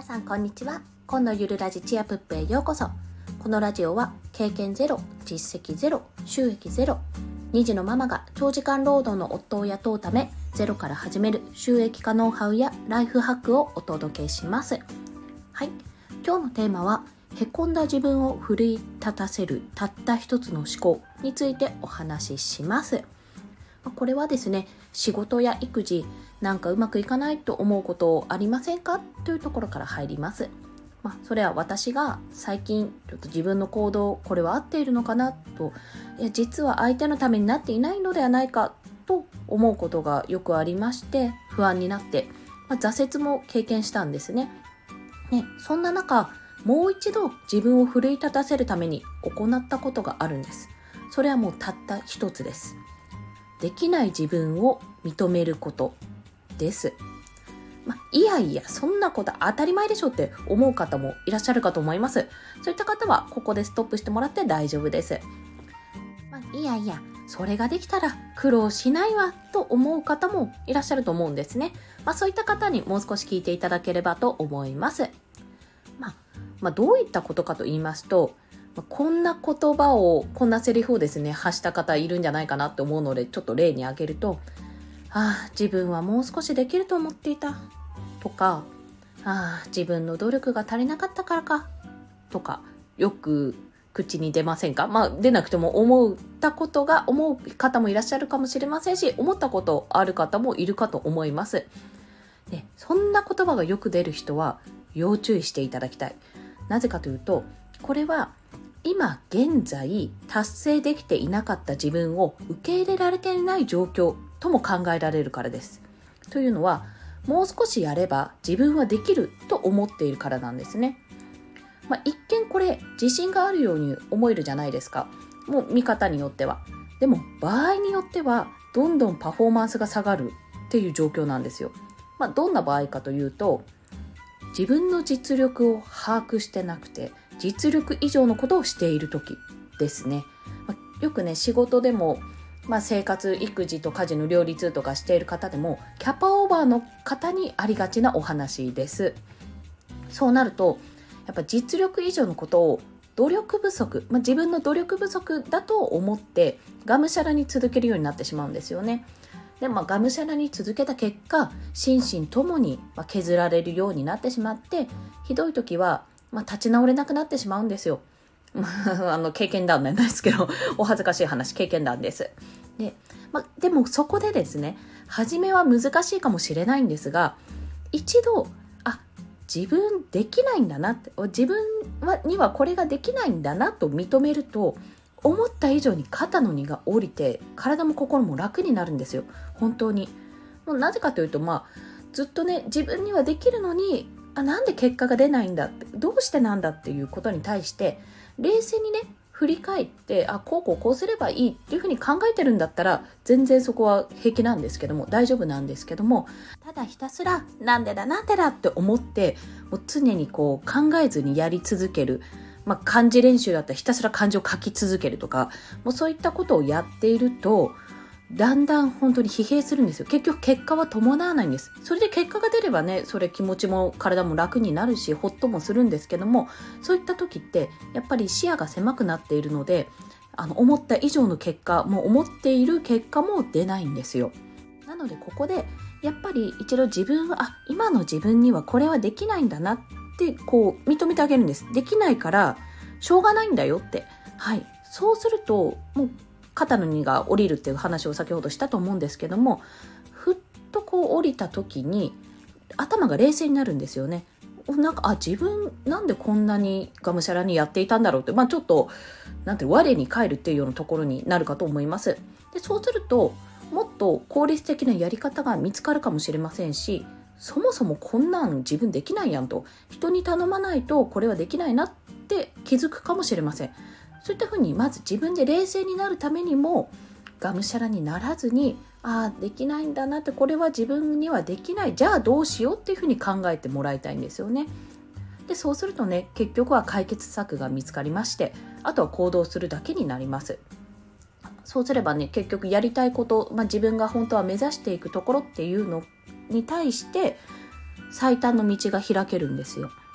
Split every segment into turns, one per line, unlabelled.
さんこんにちは。今のゆるラジチアプップへようこそ。このラジオは経験ゼロ、実績ゼロ、収益ゼロ、2児のママが長時間労働の夫を雇うためゼロから始める収益化ノウハウやライフハックをお届けします。はい、今日のテーマはへこんだ自分を奮い立たせるたった一つの思考についてお話しします。これはですね、仕事や育児なんかうまくいかないと思うことありませんかというところから入ります。それは私が最近ちょっと自分の行動これは合っているのかなと、実は相手のためになっていないのではないかと思うことがよくありまして、不安になって、挫折も経験したんですね。そんな中、もう一度自分を奮い立たせるために行ったことがあるんです。それはもうたった一つです。できない自分を認めることです。いやいやそんなこと当たり前でしょって思う方もいらっしゃるかと思います。そういった方はここでストップしてもらって大丈夫です。いやいやそれができたら苦労しないわと思う方もいらっしゃると思うんですね。そういった方にもう少し聞いていただければと思います。どういったことかと言いますと、こんな言葉をこんなセリフをですね発した方いるんじゃないかなって思うので、ちょっと例に挙げると、自分はもう少しできると思っていたとか、自分の努力が足りなかったからかとか、よく口に出ませんか？出なくても思ったことが思う方もいらっしゃるかもしれませんし、思ったことある方もいるかと思います。そんな言葉がよく出る人は要注意していただきたい。なぜかというと、これは今現在達成できていなかった自分を受け入れられていない状況とも考えられるからです。というのは、もう少しやれば自分はできると思っているからなんですね。一見これ自信があるように思えるじゃないですか。もう見方によっては。でも場合によってはどんどんパフォーマンスが下がるっていう状況なんですよ。どんな場合かというと、自分の実力を把握してなくて実力以上のことをしている時ですね。よくね、仕事でも生活育児と家事の両立とかしている方でもキャパオーバーの方にありがちなお話です。そうなるとやっぱ実力以上のことを努力不足、自分の努力不足だと思ってがむしゃらに続けるようになってしまうんですよね。でがむしゃらに続けた結果、心身ともに削られるようになってしまって、ひどい時は立ち直れなくなってしまうんですよ。経験談なんですけど、お恥ずかしい話、経験談です。でもそこでですね、初めは難しいかもしれないんですが、一度自分できないんだなって、自分にはこれができないんだなと認めると、思った以上に肩の荷が下りて体も心も楽になるんですよ。本当に。なぜかというと、ずっとね、自分にはできるのになんで結果が出ないんだって、どうしてなんだっていうことに対して冷静にね振り返って、こうすればいいっていうふうに考えてるんだったら全然そこは平気なんですけども、大丈夫なんですけども、ただひたすらなんでだって思ってもう常に考えずにやり続ける、漢字練習だったらひたすら漢字を書き続けるとか、もうそういったことをやっているとだんだん本当に疲弊するんですよ。結局結果は伴わないんです。それで結果が出ればね、それ気持ちも体も楽になるし、ほっともするんですけども、そういった時ってやっぱり視野が狭くなっているので、思った以上の結果、もう思っている結果も出ないんですよ。なのでここでやっぱり一度自分は今の自分にはこれはできないんだなって認めてあげるんです。できないからしょうがないんだよって。そうするともう肩の荷が下りるっていう話を先ほどしたと思うんですけども、ふっと降りた時に頭が冷静になるんですよね。自分なんでこんなにがむしゃらにやっていたんだろうって、ちょっと我に返るっていうようなところになるかと思います。でそうするともっと効率的なやり方が見つかるかもしれませんし、そもそもこんなん自分できないやんと、人に頼まないとこれはできないなって気づくかもしれません。そういったふうにまず自分で冷静になるためにも、がむしゃらにならずに、できないんだなって、これは自分にはできない、じゃあどうしようっていうふうに考えてもらいたいんですよね。でそうするとね、結局は解決策が見つかりまして、あとは行動するだけになります。そうすればね、結局やりたいこと、自分が本当は目指していくところっていうのに対して最短の道が開けるんですよ。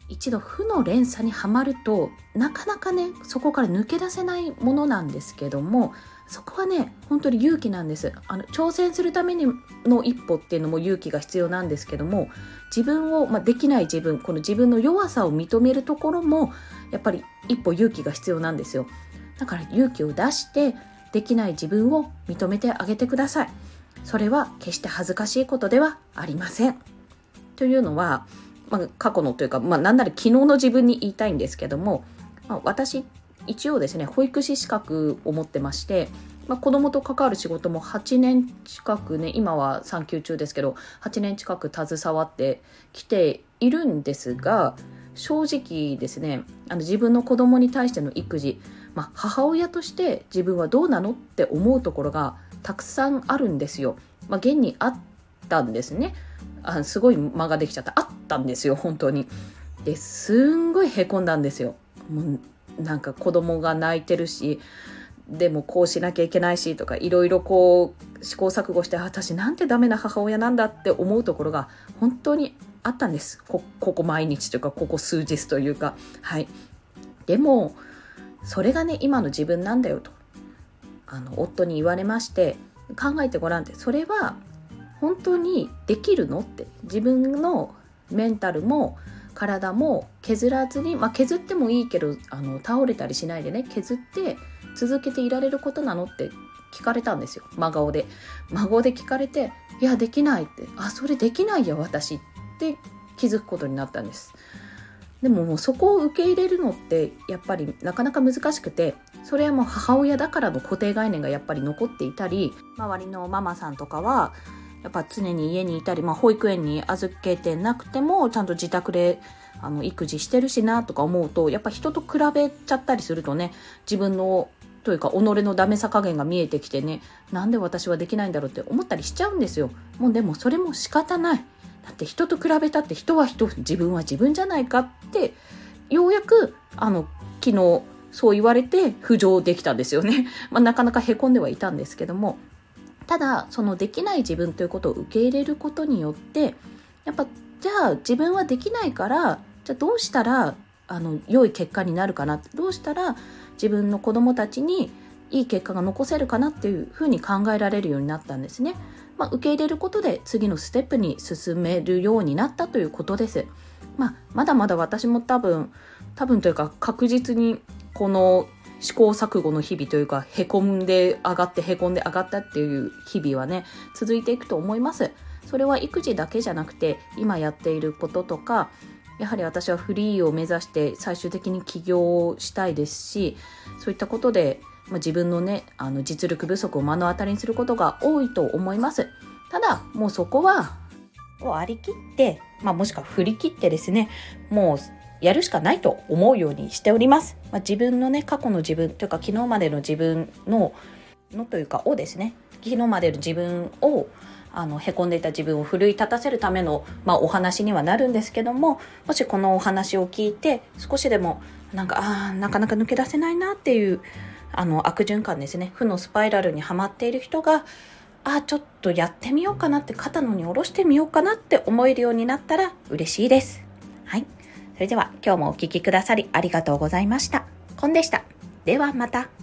一度負の連鎖にはまるとなかなかねそこから抜け出せないものなんですけども、そこはね本当に勇気なんです。挑戦するためにの一歩っていうのも勇気が必要なんですけども、自分を、できない自分、この自分の弱さを認めるところもやっぱり一歩勇気が必要なんですよ。だから勇気を出してできない自分を認めてあげてください。それは決して恥ずかしいことではありません。というのは、過去のというか、なんなら昨日の自分に言いたいんですけども、私一応ですね保育士資格を持ってまして、子供と関わる仕事も8年近くね、今は産休中ですけど8年近く携わってきているんですが、正直ですね自分の子供に対しての育児、母親として自分はどうなのって思うところがたくさんあるんですよ。現にあったんですね。すごい間ができちゃった。あったんですよ本当に。ですんごいへこんだんですよ。もうなんか子供が泣いてるし、でもこうしなきゃいけないしとか、いろいろこう試行錯誤して、私なんてダメな母親なんだって思うところが本当にあったんです。ここ毎日というかここ数日というか、はい。でもそれがね今の自分なんだよと夫に言われまして、考えてごらんって、それは本当にできるのって、自分のメンタルも体も削らずに、削ってもいいけど倒れたりしないでね、削って続けていられることなのって聞かれたんですよ。真顔で聞かれて、いやできないって、それできないよ私って気づくことになったんです。でももうそこを受け入れるのってやっぱりなかなか難しくて、それはもう母親だからの固定概念がやっぱり残っていたり、周りのママさんとかはやっぱ常に家にいたり、保育園に預けてなくてもちゃんと自宅で育児してるしなとか思うと、やっぱ人と比べちゃったりするとね、自分のというか己のダメさ加減が見えてきてね、なんで私はできないんだろうって思ったりしちゃうんですよ。でもそれも仕方ない。だって人と比べたって人は人、自分は自分じゃないかってようやく昨日そう言われて浮上できたんですよね。なかなかへこんではいたんですけども、ただそのできない自分ということを受け入れることによって、やっぱじゃあ自分はできないから、じゃあどうしたら良い結果になるかな、どうしたら自分の子供たちにいい結果が残せるかなっていうふうに考えられるようになったんですね。受け入れることで次のステップに進めるようになったということです。まだまだ私も多分というか確実にこの試行錯誤の日々というか、へこんで上がってへこんで上がったっていう日々はね続いていくと思います。それは育児だけじゃなくて今やっていることとか、やはり私はフリーを目指して最終的に起業をしたいですし、そういったことで自分のね実力不足を目の当たりにすることが多いと思います。ただもうそこはありきって、もしくは振り切ってですね、もうやるしかないと思うようにしております。自分のね過去の自分というか昨日までの自分のというかをですね、昨日までの自分をへこんでいた自分を奮い立たせるための、お話にはなるんですけども、もしこのお話を聞いて少しでもなかなか抜け出せないなっていう悪循環ですね、負のスパイラルにはまっている人がちょっとやってみようかなって、肩の荷を下ろしてみようかなって思えるようになったら嬉しいです。はい、それでは今日もお聞きくださりありがとうございました。コンでした。ではまた。